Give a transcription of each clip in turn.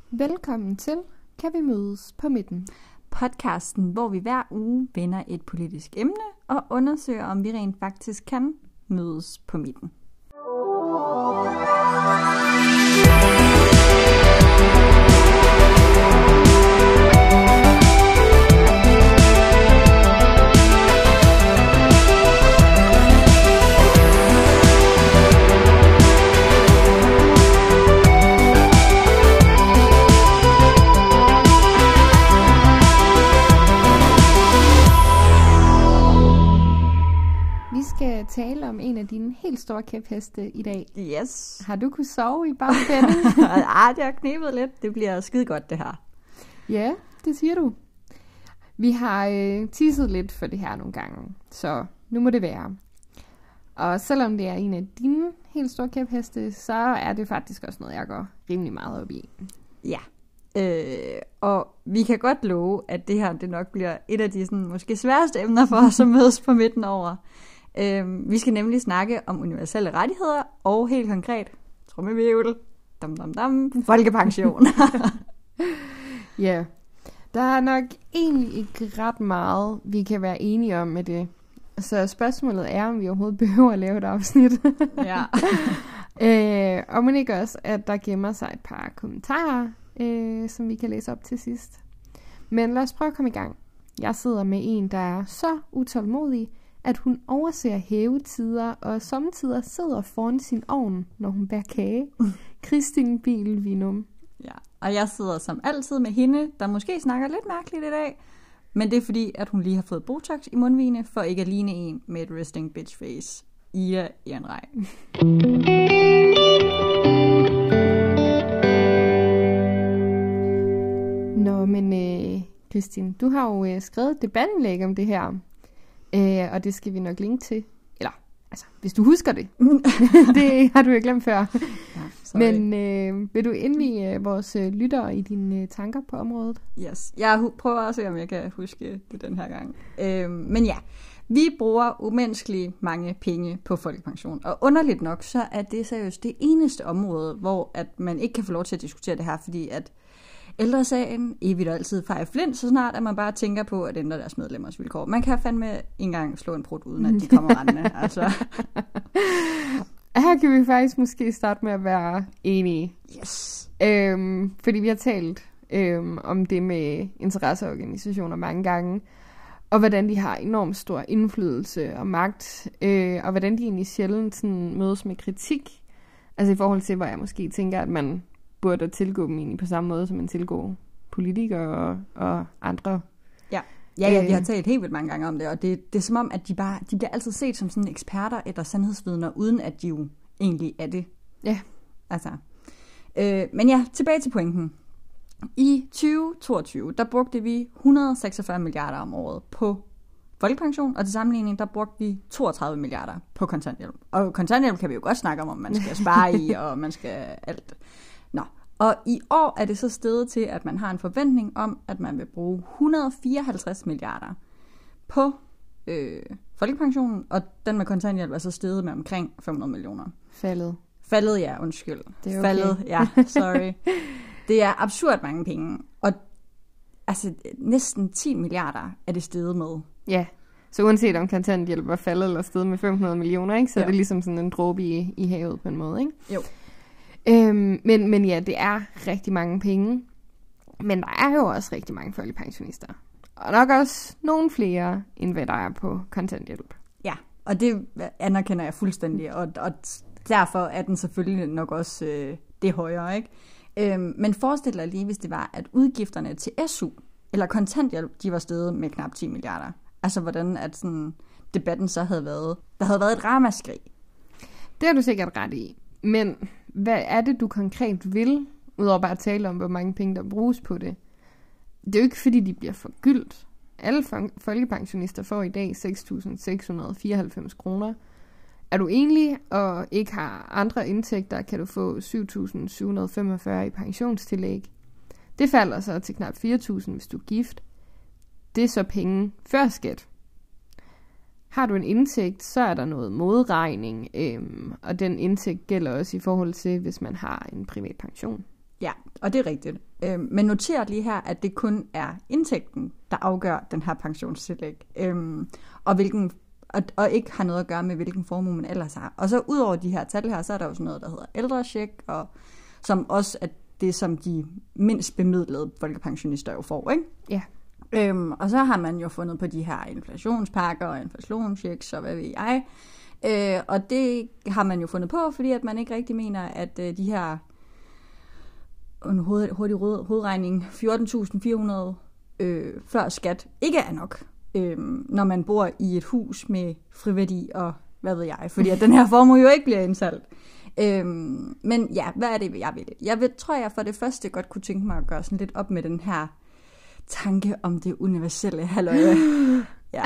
Velkommen til Kan vi mødes på midten? Podcasten, hvor vi hver uge vender et politisk emne og undersøger, om vi rent faktisk kan mødes på midten. Vi skal tale om en af dine helt store kæpheste i dag. Yes. Har du kunnet sove i bagspænden? Det har knebet lidt. Det bliver skide godt, det her. Ja, det siger du. Vi har teaset lidt for det her nogle gange, så nu må det være. Og selvom det er en af dine helt store kæpheste, så er det faktisk også noget, jeg går rimelig meget op i. Ja. Og vi kan godt love, at det her det nok bliver et af de sådan, måske sværeste emner for os at mødes på midten over. Vi skal nemlig snakke om universelle rettigheder og helt konkret, trommevirvel, folkepension. Ja, der er nok egentlig ikke ret meget, vi kan være enige om med det. Så spørgsmålet er, om vi overhovedet behøver at lave et afsnit. Ja. Og man ikke også, at der gemmer sig et par kommentarer, som vi kan læse op til sidst. Men lad os prøve at komme i gang. Jeg sidder med en, der er så utålmodig, at hun overser hævetider og sommetider sidder foran sin ovn, når hun bærer kage. Kristin Biel Vinum. Ja, og jeg sidder som altid med hende, der måske snakker lidt mærkeligt i dag, men det er fordi, at hun lige har fået Botox i mundvigene, for ikke at ligne en med et resting bitch face. Ida Ehrenrej. Nå, men Kristin, du har jo skrevet et debatindlæg om det her, og det skal vi nok linke til. Eller, altså, hvis du husker det. Det har du jo glemt før. Ja, men vil du indvige vores lyttere i dine tanker på området? Yes, jeg prøver at se, om jeg kan huske det den her gang. Men ja, vi bruger umenneskeligt mange penge på folkepension. Og underligt nok, så er det seriøst det eneste område, hvor at man ikke kan få lov til at diskutere det her, fordi at Ældresagen evigt og altid fejrer flint, så snart at man bare tænker på at ændre deres medlemmers vilkår. Man kan fandme ikke engang slå en prut, uden at de kommer rendende. Altså. Her kan vi faktisk måske starte med at være enige. Yes. Fordi vi har talt om det med interesseorganisationer mange gange, og hvordan de har enormt stor indflydelse og magt, og hvordan de egentlig sjældent sådan mødes med kritik. Altså i forhold til, hvor jeg måske tænker, at man burde tilgå dem egentlig på samme måde, som man tilgår politikere og andre. Ja, vi har talt helt vildt mange gange om det, og det er som om, at de bliver altid set som sådan eksperter eller sandhedsvidner, uden at de jo egentlig er det. Ja. Altså. Men ja, tilbage til pointen. I 2022, der brugte vi 146 milliarder om året på folkepension, og til sammenligning, der brugte vi 32 milliarder på kontanthjælp. Og kontanthjælp kan vi jo godt snakke om man skal spare i, og man skal alt. Nå, og i år er det så steget til, at man har en forventning om, at man vil bruge 154 milliarder på folkepensionen, og den med kontanthjælp er så steget med omkring 500 millioner. Faldet, ja, undskyld. Det er okay. Faldet, ja, sorry. Det er absurd mange penge, og altså næsten 10 milliarder er det steget med. Ja, så uanset om kontanthjælp var faldet eller steget med 500 millioner, ikke? Så er det ligesom sådan en dråbe i havet på en måde, ikke? Jo. Men ja, det er rigtig mange penge. Men der er jo også rigtig mange folkepensionister. Og nok også nogle flere, end hvad der er på kontanthjælp. Ja, og det anerkender jeg fuldstændig. Og derfor er den selvfølgelig nok også det højere, ikke? Men forestil dig lige, hvis det var, at udgifterne til SU eller kontanthjælp, de var steget med knap 10 milliarder. Altså hvordan at sådan, debatten så havde været. Der havde været et ramaskrig. Det har du sikkert ret i. Men hvad er det, du konkret vil, udover bare at tale om, hvor mange penge, der bruges på det? Det er jo ikke, fordi de bliver forgyldt. Alle folkepensionister får i dag 6.694 kroner. Er du enlig og ikke har andre indtægter, kan du få 7.745 i pensionstillæg. Det falder så til knap 4.000, hvis du er gift. Det er så penge før skat. Har du en indtægt, så er der noget modregning, og den indtægt gælder også i forhold til, hvis man har en privat pension. Ja, og det er rigtigt. Men noter lige her, at det kun er indtægten, der afgør den her pensionstillæg, og ikke har noget at gøre med, hvilken formue man ellers har. Og så ud over de her tal her, så er der jo sådan noget, der hedder ældrecheck, og som også er det, som de mindst bemidlede folkepensionister jo får, ikke? Ja. Og så har man jo fundet på de her inflationspakker og inflationschecks og hvad ved jeg. Og det har man jo fundet på, fordi at man ikke rigtig mener, at de her en hurtig hovedregning 14.400 før skat ikke er nok, når man bor i et hus med friværdi og hvad ved jeg, fordi at den her formue jo ikke bliver indsalgt. Men ja, hvad er det, jeg vil? Tror jeg for det første godt kunne tænke mig at gøre sådan lidt op med den her tanke om det universelle halløje. Ja.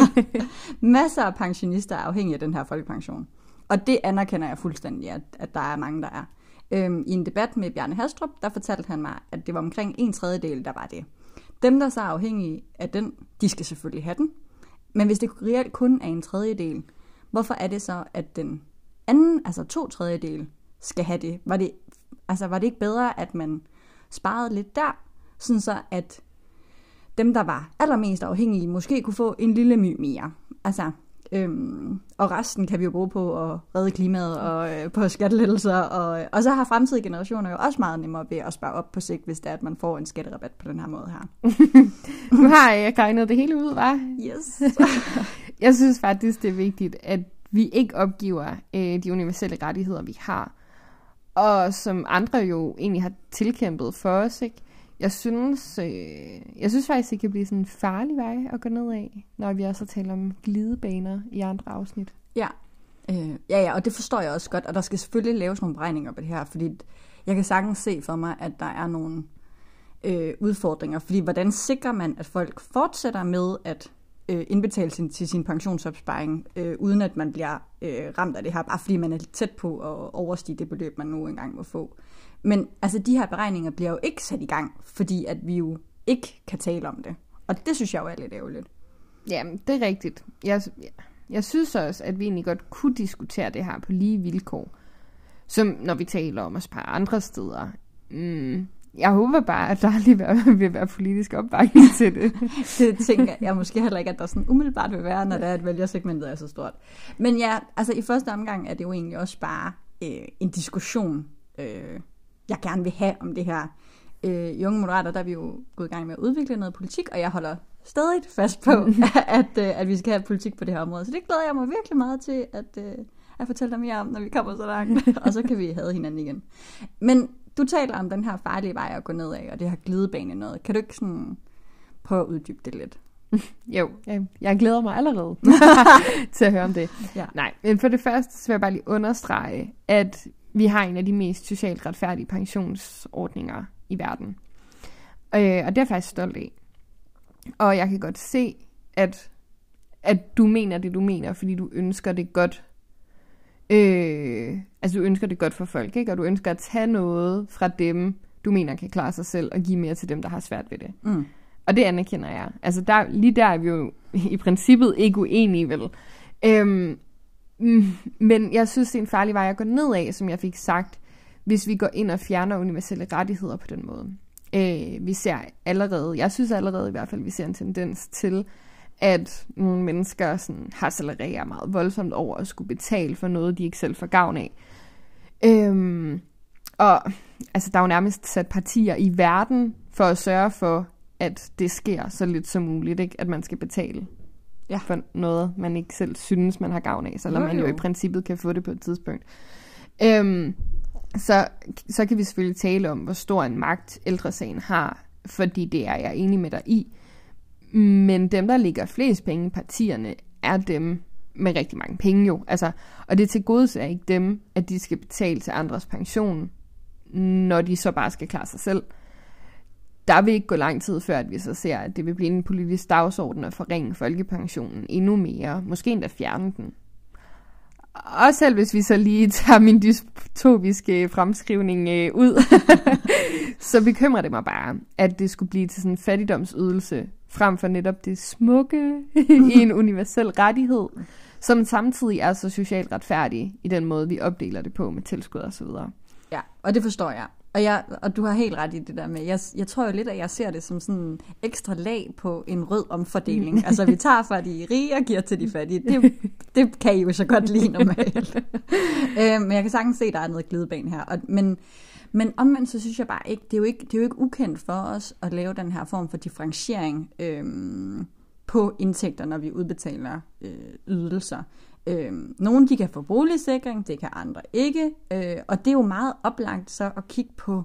Masser af pensionister er afhængige af den her folkepension. Og det anerkender jeg fuldstændig, at der er mange, der er. I en debat med Bjarne Hastrup, der fortalte han mig, at det var omkring 1/3, der var det. Dem, der så er afhængige af den, de skal selvfølgelig have den. Men hvis det reelt kun er 1/3, hvorfor er det så, at den anden, altså 2/3, skal have det? Var det ikke bedre, at man sparede lidt der, sådan så at dem, der var allermest afhængige, måske kunne få en lille my mere. Altså, og resten kan vi jo bruge på at redde klimaet og på skattelettelser. Og så har fremtidige generationer jo også meget nemmere ved at spare op på sigt, hvis det er, at man får en skatterabat på den her måde her. Nu har jeg regnet det hele ud, hva'? Yes. Jeg synes faktisk, det er vigtigt, at vi ikke opgiver de universelle rettigheder, vi har. Og som andre jo egentlig har tilkæmpet for os, ikke? Jeg synes faktisk, det kan blive sådan en farlig vej at gå ned af, når vi også taler om glidebaner i andre afsnit. Ja. Ja, og det forstår jeg også godt, og der skal selvfølgelig laves nogle beregninger på det her, fordi jeg kan sagtens se for mig, at der er nogle udfordringer, fordi hvordan sikrer man, at folk fortsætter med at indbetale til sin pensionsopsparing, uden at man bliver ramt af det her, bare fordi man er tæt på at overstige det beløb, man nu engang må få. Men altså, de her beregninger bliver jo ikke sat i gang, fordi at vi jo ikke kan tale om det. Og det synes jeg jo er lidt ærgerligt. Ja, det er rigtigt. Jeg synes også, at vi egentlig godt kunne diskutere det her på lige vilkår, som når vi taler om at spare andre steder. Jeg håber bare, at der aldrig vil være politisk opbakning til det. Det tænker jeg måske heller ikke, at der sådan umiddelbart vil være, når det er, at vælgersegmentet er så stort. Men ja, altså i første omgang er det jo egentlig også bare en diskussion, jeg gerne vil have om det her. I Unge Moderater, der er vi jo gået i gang med at udvikle noget politik, og jeg holder stadig fast på, at vi skal have politik på det her område. Så det glæder jeg mig virkelig meget til at fortælle dig mere om, når vi kommer så langt. Og så kan vi have hinanden igen. Men du taler om den her farlige vej at gå ned af, og det her glidebane noget. Kan du ikke sådan prøve at uddybe det lidt? Jo, jeg glæder mig allerede til at høre om det. Ja. Nej, men for det første så vil jeg bare lige understrege, at vi har en af de mest socialt retfærdige pensionsordninger i verden. Og det er jeg faktisk stolt af. Og jeg kan godt se, at du mener det, du mener, fordi du ønsker det godt. Altså du ønsker det godt for folk, ikke? Og du ønsker at tage noget fra dem, du mener kan klare sig selv, og give mere til dem, der har svært ved det. Og det anerkender jeg. Altså lige der er vi jo i princippet ikke uenige, vel? Men jeg synes, det er en farlig vej at gå ned af, som jeg fik sagt, hvis vi går ind og fjerner universelle rettigheder på den måde. Vi ser allerede, jeg synes allerede i hvert fald, vi ser en tendens til, at nogle mennesker sådan harcelerer meget voldsomt over at skulle betale for noget, de ikke selv får gavn af. Og altså, der er jo nærmest sat partier i verden for at sørge for, at det sker så lidt som muligt, ikke? At man skal betale for noget, man ikke selv synes, man har gavn af, selvom man jo i princippet kan få det på et tidspunkt. Så kan vi selvfølgelig tale om, hvor stor en magt ældresagen har, fordi det er jeg enig med dig i. Men dem, der ligger flest penge i partierne, er dem med rigtig mange penge jo. Altså, og det tilgodeser ikke dem, at de skal betale til andres pension, når de så bare skal klare sig selv. Der vil ikke gå lang tid før, at vi så ser, at det vil blive en politisk dagsorden at forringe folkepensionen endnu mere. Måske endda fjerne den. Og selv hvis vi så lige tager min dystopiske fremskrivning ud, så bekymrer det mig bare, at det skulle blive til sådan en fattigdomsydelse, frem for netop det smukke i en universel rettighed, som samtidig er så socialt retfærdig i den måde, vi opdeler det på med tilskud og så videre. Ja, og det forstår jeg. Og du har helt ret i det der med, jeg tror jo lidt, at jeg ser det som sådan en ekstra lag på en rød omfordeling. Altså vi tager fra de rige og giver til de fattige. Det kan I jo så godt lide normalt. Men jeg kan sagtens se, at der er noget glidebane her. Men omvendt så synes jeg bare ikke, det er jo ikke ukendt for os at lave den her form for differentiering på indtægter, når vi udbetaler ydelser. Nogle de kan få boligsikring, det kan andre ikke, og det er jo meget oplagt så at kigge på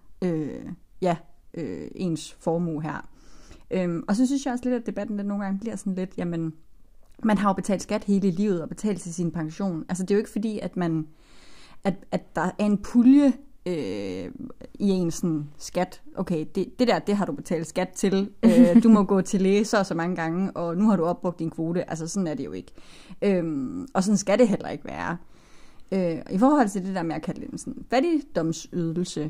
ens formue her. Og så synes jeg også lidt, at debatten den nogle gange bliver sådan lidt, jamen, man har jo betalt skat hele livet og betalt til sin pension. Altså det er jo ikke fordi, at der er en pulje i en sådan skat. Okay, det har du betalt skat til. Du må gå til læge så mange gange, og nu har du opbrugt din kvote. Altså sådan er det jo ikke. Og sådan skal det heller ikke være. I forhold til det der med at kalde det en sådan fattigdomsydelse,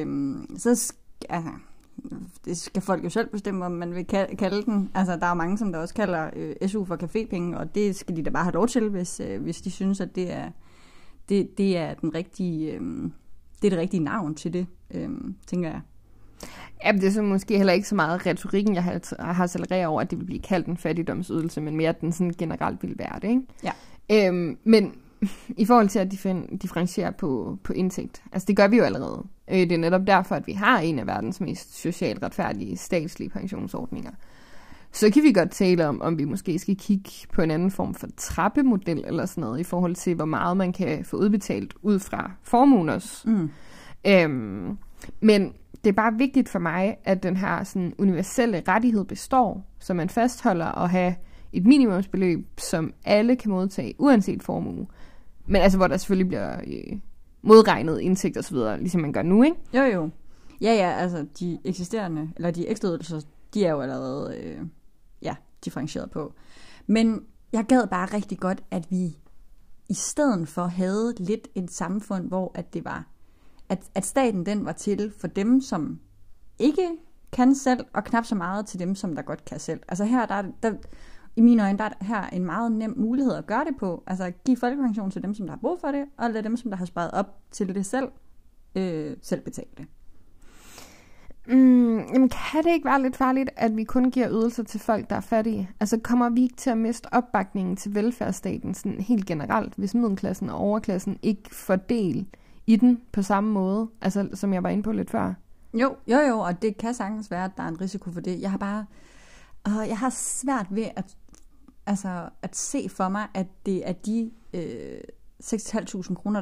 det skal folk jo selv bestemme, om man vil kalde den. Altså der er jo mange, som der også kalder SU for cafépenge, og det skal de da bare have lov til, hvis de synes, at det er den rigtige... Det er det rigtige navn til det, tænker jeg. Ja, det er så måske heller ikke så meget retorikken, jeg har accelereret over, at det vil blive kaldt en fattigdomsydelse, men mere, at den sådan generelt vil være det, ikke? Ja. Men i forhold til at differentiere på indtægt, altså det gør vi jo allerede. Det er netop derfor, at vi har en af verdens mest socialt retfærdige statslige pensionsordninger. Så kan vi godt tale om vi måske skal kigge på en anden form for trappemodel eller sådan noget, i forhold til, hvor meget man kan få udbetalt ud fra formuen også. Men det er bare vigtigt for mig, at den her sådan universelle rettighed består, så man fastholder at have et minimumsbeløb, som alle kan modtage, uanset formue. Men altså, hvor der selvfølgelig bliver modregnet indtægt og så videre, ligesom man gør nu, ikke? Jo. Ja, altså de eksisterende, eller de ekstra ydelser, de er jo allerede differentieret på. Men jeg gad bare rigtig godt, at vi i stedet for havde lidt et samfund, hvor at det var, at staten den var til for dem, som ikke kan selv, og knap så meget til dem, som der godt kan selv. Altså her, der i mine øjne, der er her en meget nem mulighed at gøre det på. Altså give folkepension til dem, som der har brug for det, og lade dem, som der har sparet op til det selv betale det. Jamen kan det ikke være lidt farligt, at vi kun giver ydelser til folk, der er fattige? Altså kommer vi ikke til at miste opbakningen til velfærdsstaten sådan helt generelt, hvis middelklassen og overklassen ikke får del i den på samme måde, altså som jeg var inde på lidt før? Jo, og det kan sagtens være, at der er en risiko for det. Jeg har svært ved at se for mig, at det er de 6.500 kroner,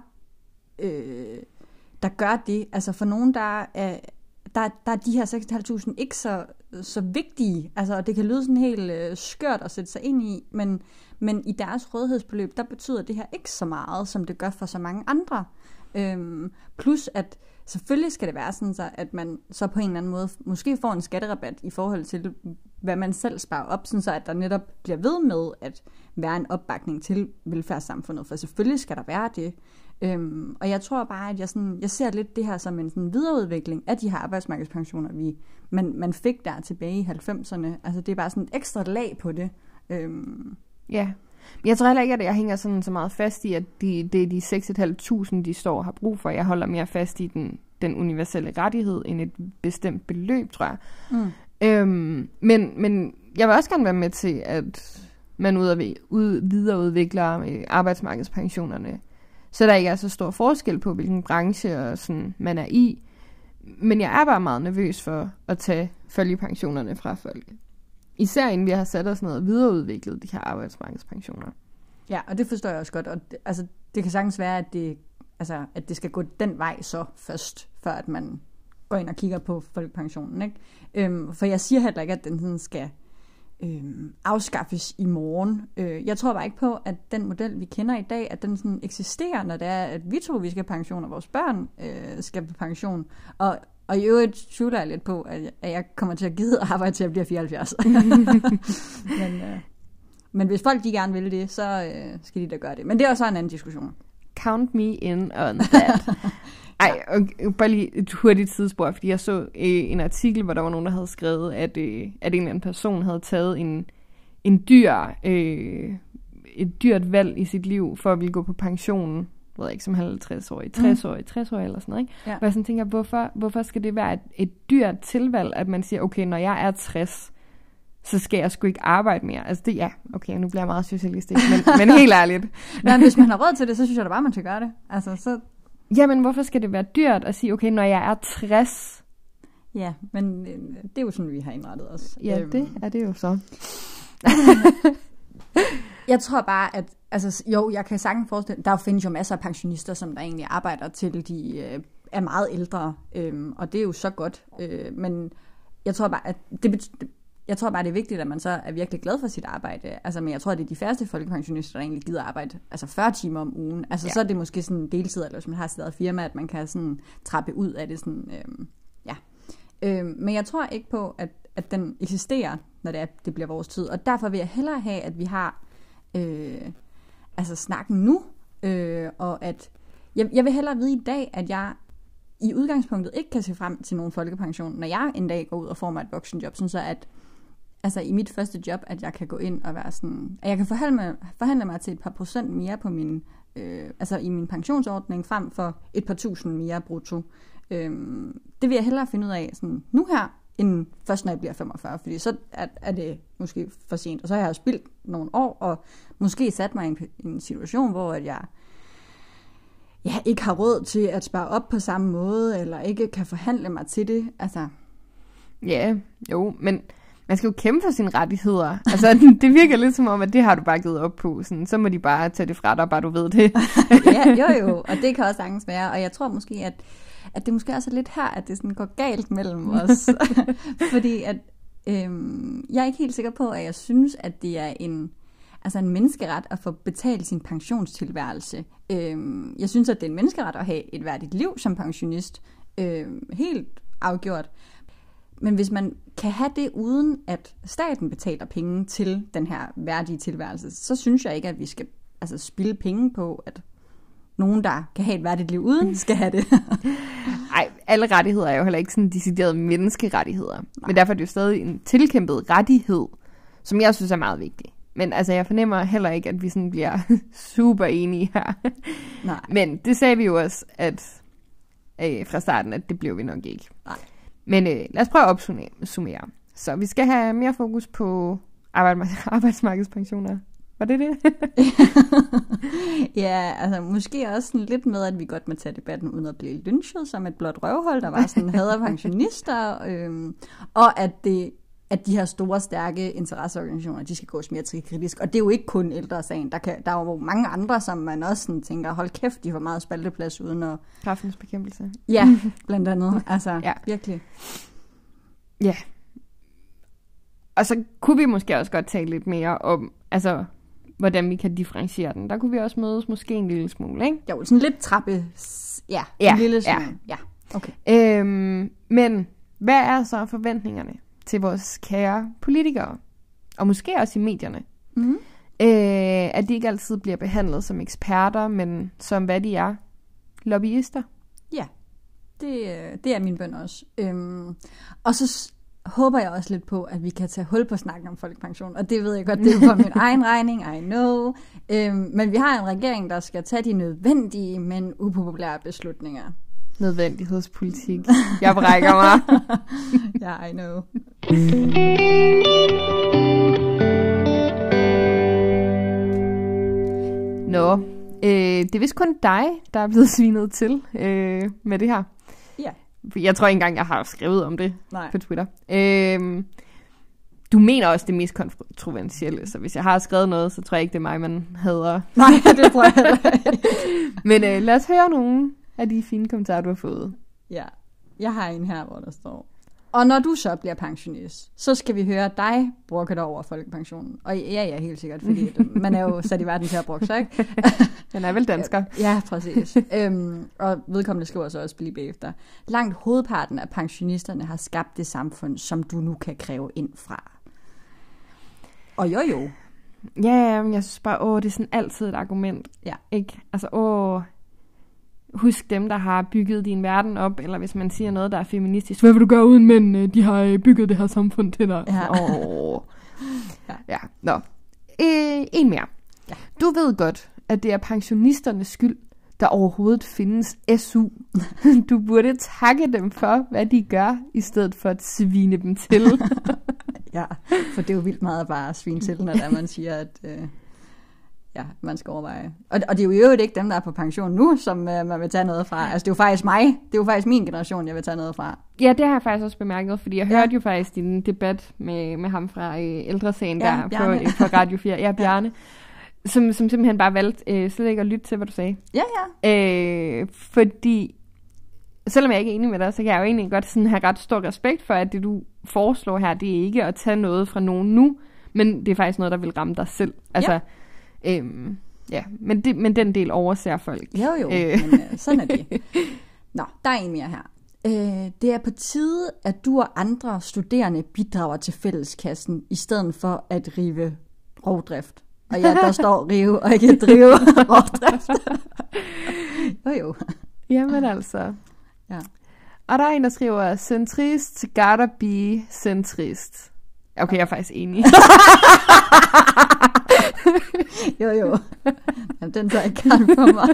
der gør det. Altså for nogen, der er de her 6.500 ikke så vigtige, altså, og det kan lyde sådan helt skørt at sætte sig ind i, men i deres rådighedsbeløb, der betyder det her ikke så meget, som det gør for så mange andre. Plus at selvfølgelig skal det være sådan, så at man så på en eller anden måde måske får en skatterabat i forhold til, hvad man selv sparer op, sådan så at der netop bliver ved med at være en opbakning til velfærdssamfundet, for selvfølgelig skal der være det. Og jeg tror bare, at jeg ser lidt det her som en sådan videreudvikling af de her arbejdsmarkedspensioner, man fik der tilbage i 90'erne. Altså det er bare sådan et ekstra lag på det. Ja, men jeg tror heller ikke, at jeg hænger sådan så meget fast i, at det er de 6.500, de står og har brug for. Jeg holder mere fast i den universelle rettighed end et bestemt beløb, tror jeg. Men jeg vil også gerne være med til, at man videreudvikler arbejdsmarkedspensionerne, så der ikke er så stor forskel på, hvilken branche og sådan, man er i. Men jeg er bare meget nervøs for at tage følgepensionerne fra folk. Især inden vi har sat os ned og videreudviklet de her arbejdsmarkedspensioner. Ja, og det forstår jeg også godt. Og det kan sagtens være, at det skal gå den vej så først, før at man går ind og kigger på folkepensionen. Ikke? For jeg siger heller ikke, at den sådan skal afskaffes i morgen. Jeg tror bare ikke på, at den model, vi kender i dag, at den sådan eksisterer, når det er, at vi skal have pension, og vores børn skal på pension. Og i øvrigt tvivler jeg lidt på, at jeg kommer til at gide at arbejde til at blive 74. men hvis folk de gerne vil det, så skal de da gøre det. Men det er også en anden diskussion. Count me in on that. Ej, og bare lige et hurtigt tidsspor, fordi jeg så en artikel, hvor der var nogen, der havde skrevet, at en eller anden person havde taget et dyrt valg i sit liv, for at ville gå på pension ved jeg ikke, som 50-årig, 60-årig, 60-årig eller sådan noget, ikke? Ja. Hvor jeg sådan tænker, hvorfor skal det være et dyrt tilvalg, at man siger, okay, når jeg er 60, så skal jeg sgu ikke arbejde mere. Altså det, ja, okay, nu bliver jeg meget socialistisk, men helt ærligt. Nej, hvis man har råd til det, så synes jeg da bare, man skal gøre det. Altså, så... Jamen, hvorfor skal det være dyrt at sige, okay, når jeg er 60? Ja, men det er jo sådan, vi har indrettet os. Ja, det er det jo så. Jeg tror bare, at altså, jo, jeg kan sagtens forestille, der findes jo masser af pensionister, som der egentlig arbejder til, de er meget ældre, og det er jo så godt. Men jeg tror bare, at jeg tror bare, det er vigtigt, at man så er virkelig glad for sit arbejde. Altså, men jeg tror, det er de færreste folkepensionister, der egentlig gider arbejde altså 40 timer om ugen. Altså, så er det måske sådan en deltid, eller hvis man har sit eget firma, at man kan sådan trappe ud af det sådan, men jeg tror ikke på, at den eksisterer, når det bliver vores tid. Og derfor vil jeg hellere have, at vi har snakken nu, og at jeg vil hellere vide i dag, at jeg i udgangspunktet ikke kan se frem til nogen folkepension, når jeg en dag går ud og får mig et voksenjob, sådan så at altså i mit første job, at jeg kan gå ind og være sådan, at jeg kan forhandle mig til et par procent mere på min, i min pensionsordning, frem for et par tusind mere brutto. Det vil jeg hellere finde ud af sådan nu her, end først når jeg bliver 45, fordi så er det måske for sent, og så har jeg spildt nogle år, og måske sat mig i en situation, hvor at jeg ikke har råd til at spare op på samme måde, eller ikke kan forhandle mig til det. Altså. Ja, jo, men man skal jo kæmpe for sine rettigheder. Altså, det virker lidt som om, at det har du bare givet op på. Sådan, så må de bare tage det fra dig, bare du ved det. Ja, jo, og det kan også sagtens være. Og jeg tror måske, at det måske også er lidt her, at det sådan går galt mellem os. Fordi at jeg er ikke helt sikker på, at jeg synes, at det er en menneskeret at få betalt sin pensionstilværelse. Jeg synes, at det er en menneskeret at have et værdigt liv som pensionist. Helt afgjort. Men hvis man kan have det, uden at staten betaler penge til den her værdige tilværelse, så synes jeg ikke, at vi skal spilde penge på, at nogen, der kan have et værdigt liv uden, skal have det. Nej, alle rettigheder er jo heller ikke sådan deciderede menneskerettigheder. Nej. Men derfor er det jo stadig en tilkæmpet rettighed, som jeg synes er meget vigtig. Men altså, jeg fornemmer heller ikke, at vi sådan bliver super enige her. Nej. Men det sagde vi jo også, at fra starten, at det blev vi nok ikke. Nej. Men lad os prøve at opsummere. Så vi skal have mere fokus på arbejdsmarkedspensioner. Var det det? Ja, altså måske også sådan lidt med, at vi godt må tage debatten uden at blive lynchet som et blåt røvhold, der var sådan hader pensionister, og at de her store, stærke interesseorganisationer, de skal gås mere til kritisk. Og det er jo ikke kun Ældresagen. Der er jo mange andre, som man også sådan tænker, hold kæft, de får meget spalteplads uden at... Kræftens bekæmpelse. Ja, blandt andet. Altså, ja. Virkelig. Ja. Og så kunne vi måske også godt tale lidt mere om, altså, hvordan vi kan differentiere den. Der kunne vi også mødes måske en lille smule, ikke? Jo, sådan lidt trappe. Ja, en lille smule. Ja, okay. Men hvad er så forventningerne til vores kære politikere, og måske også i medierne, at de ikke altid bliver behandlet som eksperter, men som hvad de er, lobbyister? Ja, det er min bøn også. Og så håber jeg også lidt på, at vi kan tage hul på snakken om folkepension, og det ved jeg godt, det er på min egen regning, I know, men vi har en regering, der skal tage de nødvendige, men upopulære beslutninger. Nødvendighedspolitik. Jeg brækker mig. Ja, I know. Nå, det er vist kun dig, der er blevet svinet til med det her. Ja. Jeg tror ikke engang, jeg har skrevet om det på Twitter. Du mener også det mest kontroversielle, så hvis jeg har skrevet noget, så tror jeg ikke, det er mig, man hader. Nej, det tror jeg heller ikke. Men lad os høre nogle af de fine kommentarer, du har fået. Ja, jeg har en her, hvor der står: og når du så bliver pensionist, så skal vi høre dig brokke dig over folkepensionen. Og ja, helt sikkert, fordi man er jo sat i verden til at brokke sig, ikke? Den er vel dansker. Ja, præcis. Og vedkommende skriver så også lige bagefter: langt hovedparten af pensionisterne har skabt det samfund, som du nu kan kræve ind fra. Og jo. Ja, men jeg synes bare, det er sådan altid et argument. Ja. Ikke? Altså, husk dem, der har bygget din verden op, eller hvis man siger noget, der er feministisk. Hvad vil du gøre uden mænd? De har bygget det her samfund til dig. Ja. Ja. Nå. En mere. Ja. Du ved godt, at det er pensionisternes skyld, der overhovedet findes SU. Du burde takke dem for, hvad de gør, i stedet for at svine dem til. Ja, for det er jo vildt meget bare at svine til, når man siger, at man skal overveje. Og det er jo i øvrigt ikke dem, der er på pension nu, som man vil tage noget fra. Altså, det er jo faktisk mig. Det er jo faktisk min generation, jeg vil tage noget fra. Ja, det har jeg faktisk også bemærket, fordi jeg hørte jo faktisk din debat med ham fra ældresagen der på Radio 4. Ja, Bjarne. Som simpelthen bare valgte slet ikke at lytte til, hvad du sagde. Ja. Fordi, selvom jeg ikke er enig med dig, så kan jeg jo egentlig godt sådan have ret stor respekt for, at det du foreslår her, det er ikke at tage noget fra nogen nu, men det er faktisk noget, der vil ramme dig selv. Altså, men den del overser folk. Jo, men sådan er det. Nå, der er en mere her. Det er på tide, at du og andre studerende bidrager til fælleskassen, i stedet for at rive rovdrift. Og ja, der står rive og ikke drive rovdrift. Jo. Jamen altså. Ja. Og der er en, der skriver, centrist gotta be centrist. Okay, jeg er faktisk enig. Jo. Jamen, den tager ikke gerne for mig.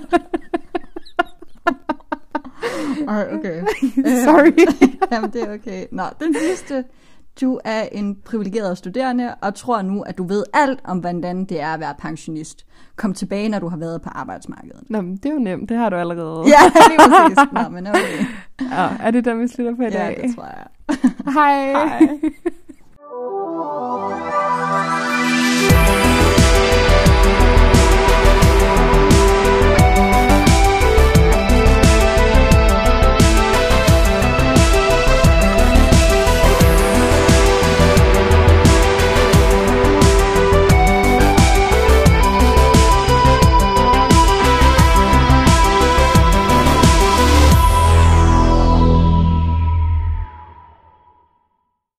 Okay. Sorry. Jamen, det er okay. Nå, den sidste. Du er en privilegeret studerende, og tror nu, at du ved alt om, hvordan det er at være pensionist. Kom tilbage, når du har været på arbejdsmarkedet. Nå, men det er jo nemt. Det har du allerede. Ja, det er præcis. Nå, men okay. Ja, er det der, vi slutter på i dag? Ja, det tror jeg. Hej.